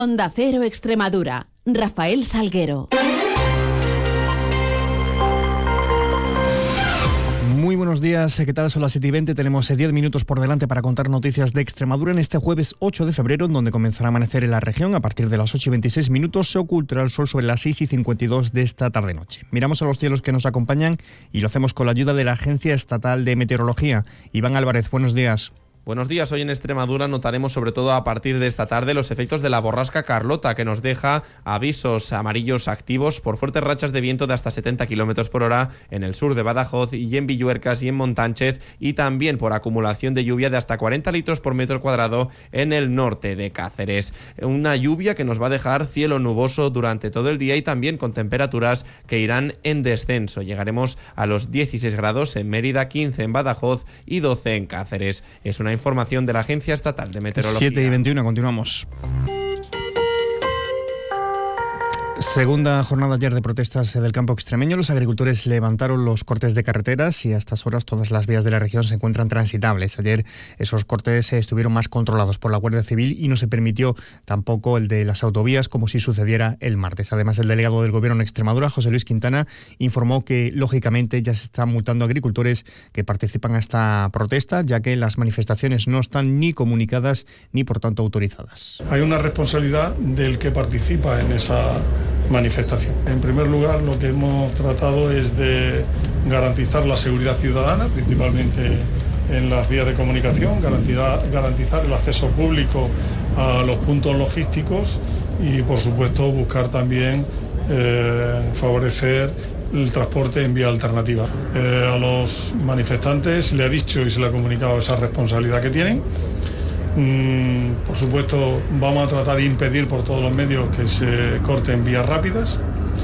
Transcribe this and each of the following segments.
Onda Cero Extremadura. Rafael Salguero. Muy buenos días, ¿qué tal? Son las 7:20, tenemos 10 minutos por delante para contar noticias de Extremadura en este jueves 8 de febrero, donde comenzará a amanecer en la región. A partir de las 8:26 se ocultará el sol sobre las 6:52 de esta tarde-noche. Miramos a los cielos que nos acompañan y lo hacemos con la ayuda de la Agencia Estatal de Meteorología. Iván Álvarez, buenos días. Buenos días. Hoy en Extremadura notaremos sobre todo a partir de esta tarde los efectos de la borrasca Carlota, que nos deja avisos amarillos activos por fuertes rachas de viento de hasta 70 km por hora en el sur de Badajoz y en Villuercas y en Montánchez, y también por acumulación de lluvia de hasta 40 litros por metro cuadrado en el norte de Cáceres. Una lluvia que nos va a dejar cielo nuboso durante todo el día y también con temperaturas que irán en descenso. Llegaremos a los 16 grados en Mérida, 15 en Badajoz y 12 en Cáceres. Es una información de la Agencia Estatal de Meteorología. 7:21, continuamos. Segunda jornada ayer de protestas del campo extremeño. Los agricultores levantaron los cortes de carreteras y a estas horas todas las vías de la región se encuentran transitables. Ayer esos cortes estuvieron más controlados por la Guardia Civil y no se permitió tampoco el de las autovías, como si sucediera el martes. Además, el delegado del Gobierno en Extremadura, José Luis Quintana, informó que lógicamente ya se están multando a agricultores que participan a esta protesta, ya que las manifestaciones no están ni comunicadas ni por tanto autorizadas. Hay una responsabilidad del que participa en esa manifestación. En primer lugar, lo que hemos tratado es de garantizar la seguridad ciudadana, principalmente en las vías de comunicación, garantizar el acceso público a los puntos logísticos y, por supuesto, buscar también favorecer el transporte en vía alternativa. A los manifestantes se le ha dicho y se le ha comunicado esa responsabilidad que tienen. Por supuesto, vamos a tratar de impedir por todos los medios que se corten vías rápidas.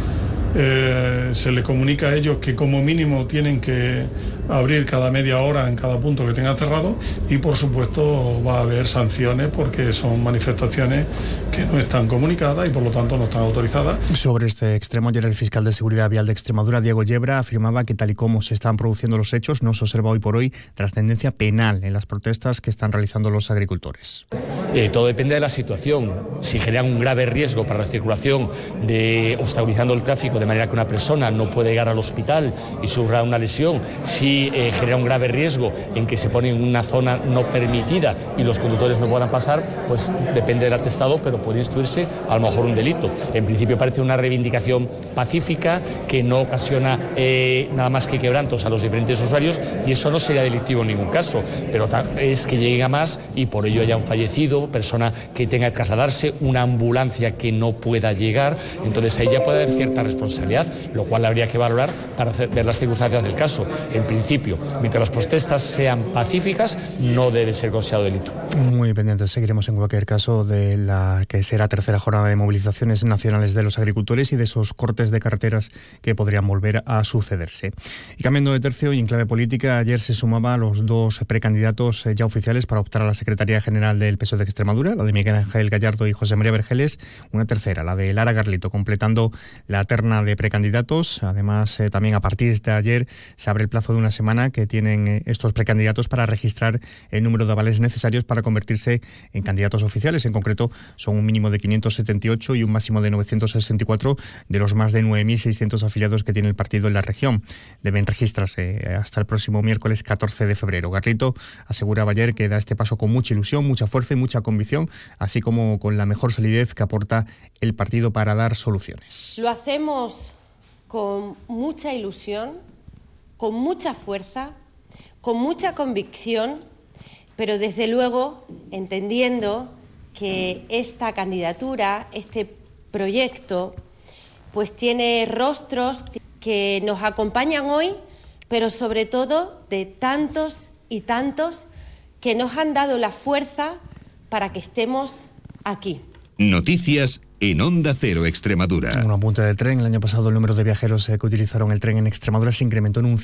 Se les comunica a ellos que como mínimo tienen que abrir cada media hora en cada punto que tengan cerrado y por supuesto va a haber sanciones porque son manifestaciones que no están comunicadas y por lo tanto no están autorizadas. Sobre este extremo, ayer el fiscal de Seguridad Vial de Extremadura, Diego Yebra, afirmaba que tal y como se están produciendo los hechos no se observa hoy por hoy trascendencia penal en las protestas que están realizando los agricultores. Todo depende de la situación. Si generan un grave riesgo para la circulación, obstaculizando el tráfico de manera que una persona no puede llegar al hospital y sufra una lesión, si genera un grave riesgo en que se pone en una zona no permitida y los conductores no puedan pasar, pues depende del atestado, pero puede instruirse a lo mejor un delito. En principio parece una reivindicación pacífica que no ocasiona nada más que quebrantos a los diferentes usuarios y eso no sería delictivo en ningún caso, pero es que llegue a más y por ello haya un fallecido, persona que tenga que trasladarse, una ambulancia que no pueda llegar, entonces ahí ya puede haber cierta responsabilidad, lo cual habría que valorar para ver las circunstancias del caso. En principio, mientras las protestas sean pacíficas, no debe ser considerado delito. Muy pendientes, seguiremos en cualquier caso de la que será tercera jornada de movilizaciones nacionales de los agricultores y de esos cortes de carreteras que podrían volver a sucederse. Y cambiando de tercio y en clave política, ayer se sumaba a los dos precandidatos ya oficiales para optar a la Secretaría General del PSOE de Extremadura, la de Miguel Ángel Gallardo y José María Vergeles, una tercera, la de Lara Garlito, completando la terna de precandidatos. Además, también a partir de ayer se abre el plazo de una semana que tienen estos precandidatos para registrar el número de avales necesarios para convertirse en candidatos oficiales. En concreto, son un mínimo de 578 y un máximo de 964 de los más de 9.600 afiliados que tiene el partido en la región. Deben registrarse hasta el próximo miércoles 14 de febrero. Garlito aseguraba ayer que da este paso con mucha ilusión, mucha fuerza y mucha convicción, así como con la mejor solidez que aporta el partido para dar soluciones. Lo hacemos con mucha ilusión, con mucha fuerza, con mucha convicción, pero desde luego entendiendo que esta candidatura, este proyecto, pues tiene rostros que nos acompañan hoy, pero sobre todo de tantos y tantos que nos han dado la fuerza para que estemos aquí. Noticias en Onda Cero Extremadura. Un apunte del tren. El año pasado el número de viajeros que utilizaron el tren en Extremadura se incrementó en un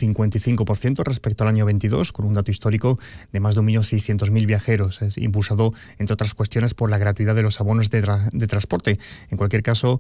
55% respecto al año 22, con un dato histórico de más de 1.600.000 viajeros, impulsado, entre otras cuestiones, por la gratuidad de los abonos de transporte. En cualquier caso,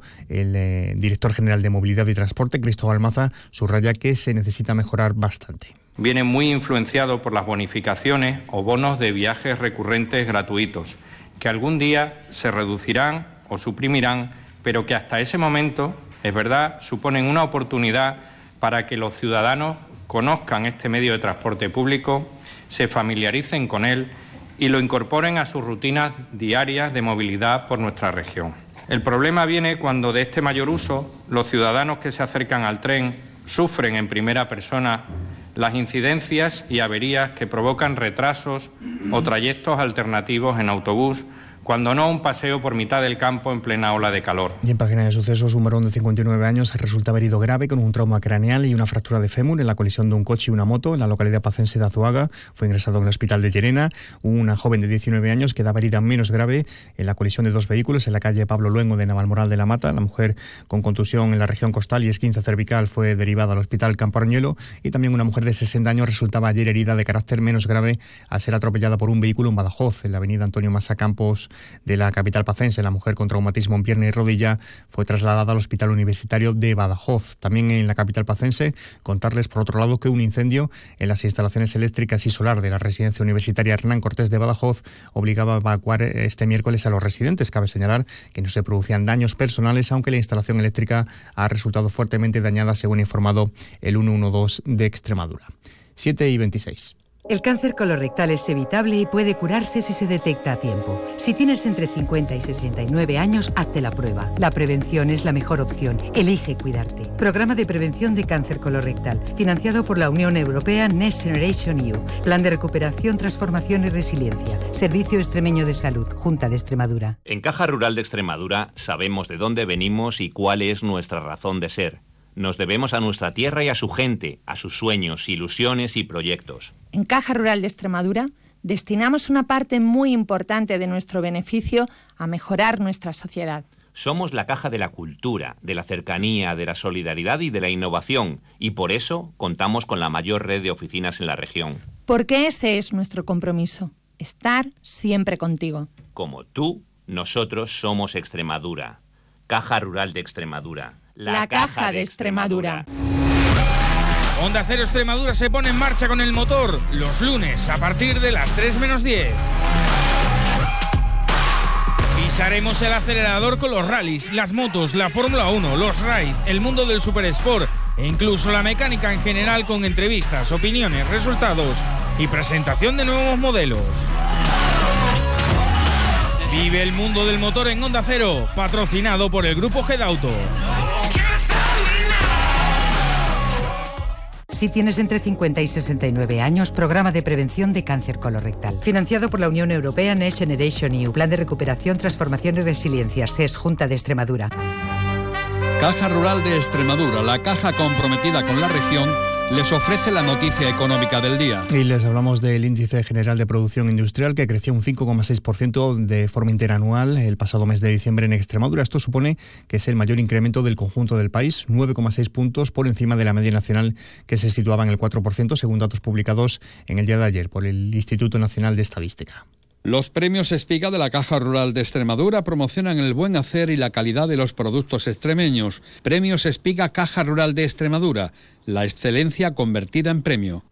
el director general de Movilidad y Transporte, Cristóbal Maza, subraya que se necesita mejorar bastante. Viene muy influenciado por las bonificaciones o bonos de viajes recurrentes gratuitos, que algún día se reducirán o suprimirán, pero que hasta ese momento, es verdad, suponen una oportunidad para que los ciudadanos conozcan este medio de transporte público, se familiaricen con él y lo incorporen a sus rutinas diarias de movilidad por nuestra región. El problema viene cuando de este mayor uso los ciudadanos que se acercan al tren sufren en primera persona las incidencias y averías que provocan retrasos o trayectos alternativos en autobús, cuando no un paseo por mitad del campo en plena ola de calor. Y en página de sucesos, un varón de 59 años resulta herido grave con un trauma craneal y una fractura de fémur en la colisión de un coche y una moto en la localidad pacense de Azuaga. Fue ingresado en el hospital de Llerena. Una joven de 19 años quedaba herida menos grave en la colisión de dos vehículos en la calle Pablo Luengo de Navalmoral de la Mata. La mujer con contusión en la región costal y esguince cervical fue derivada al hospital Campo Arñuelo, y también una mujer de 60 años resultaba ayer herida de carácter menos grave al ser atropellada por un vehículo en Badajoz, en la avenida Antonio Masa Campos de la capital pacense. La mujer con traumatismo en pierna y rodilla fue trasladada al Hospital Universitario de Badajoz. También en la capital pacense, contarles por otro lado que un incendio en las instalaciones eléctricas y solar de la residencia universitaria Hernán Cortés de Badajoz obligaba a evacuar este miércoles a los residentes. Cabe señalar que no se producían daños personales, aunque la instalación eléctrica ha resultado fuertemente dañada, según ha informado el 112 de Extremadura. 7:26. El cáncer colorectal es evitable y puede curarse si se detecta a tiempo. Si tienes entre 50 y 69 años, hazte la prueba. La prevención es la mejor opción. Elige cuidarte. Programa de prevención de cáncer colorectal, financiado por la Unión Europea Next Generation EU. Plan de recuperación, transformación y resiliencia. Servicio Extremeño de Salud, Junta de Extremadura. En Caja Rural de Extremadura sabemos de dónde venimos y cuál es nuestra razón de ser. Nos debemos a nuestra tierra y a su gente, a sus sueños, ilusiones y proyectos. En Caja Rural de Extremadura destinamos una parte muy importante de nuestro beneficio a mejorar nuestra sociedad. Somos la caja de la cultura, de la cercanía, de la solidaridad y de la innovación, y por eso contamos con la mayor red de oficinas en la región. Porque ese es nuestro compromiso, estar siempre contigo. Como tú, nosotros somos Extremadura. Caja Rural de Extremadura. La Caja de Extremadura. Onda Cero Extremadura se pone en marcha con el motor los lunes a partir de las 3 menos 10. Pisaremos el acelerador con los rallies, las motos, la Fórmula 1, los raids, el mundo del supersport e incluso la mecánica en general, con entrevistas, opiniones, resultados y presentación de nuevos modelos. Vive el mundo del motor en Onda Cero, patrocinado por el Grupo Gedauto. Si tienes entre 50 y 69 años, programa de prevención de cáncer colorectal. Financiado por la Unión Europea Next Generation EU. Plan de recuperación, transformación y resiliencia. SES, Junta de Extremadura. Caja Rural de Extremadura, la caja comprometida con la región, les ofrece la noticia económica del día. Y les hablamos del índice general de producción industrial, que creció un 5,6% de forma interanual el pasado mes de diciembre en Extremadura. Esto supone que es el mayor incremento del conjunto del país, 9,6 puntos por encima de la media nacional, que se situaba en el 4%, según datos publicados en el día de ayer por el Instituto Nacional de Estadística. Los premios Espiga de la Caja Rural de Extremadura promocionan el buen hacer y la calidad de los productos extremeños. Premios Espiga Caja Rural de Extremadura, la excelencia convertida en premio.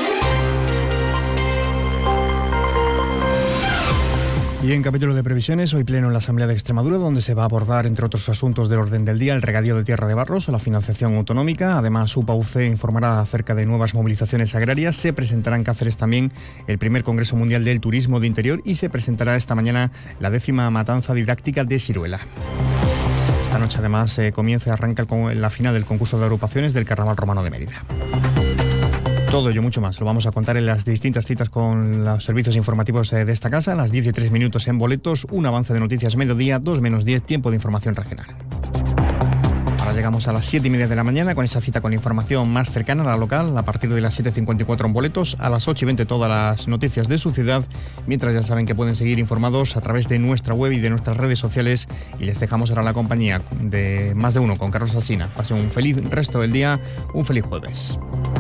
Y en capítulo de previsiones, hoy pleno en la Asamblea de Extremadura, donde se va a abordar, entre otros asuntos del orden del día, el regadío de tierra de barros o la financiación autonómica. Además, UPA-UC informará acerca de nuevas movilizaciones agrarias. Se presentará en Cáceres también el primer Congreso Mundial del Turismo de Interior y se presentará esta mañana la 10ª matanza didáctica de Siruela. Esta noche, además, arranca la final del concurso de agrupaciones del Carnaval Romano de Mérida. Todo ello, mucho más, lo vamos a contar en las distintas citas con los servicios informativos de esta casa. A las 10:03 minutos en boletos, un avance de noticias mediodía, 2 menos 10, tiempo de información regional. Ahora llegamos a las 7:30 de la mañana con esa cita con información más cercana a la local. A partir de las 7:54 en boletos, a las 8:20 todas las noticias de su ciudad. Mientras ya saben que pueden seguir informados a través de nuestra web y de nuestras redes sociales. Y les dejamos ahora la compañía de Más de Uno con Carlos Alsina. Pasen un feliz resto del día, un feliz jueves.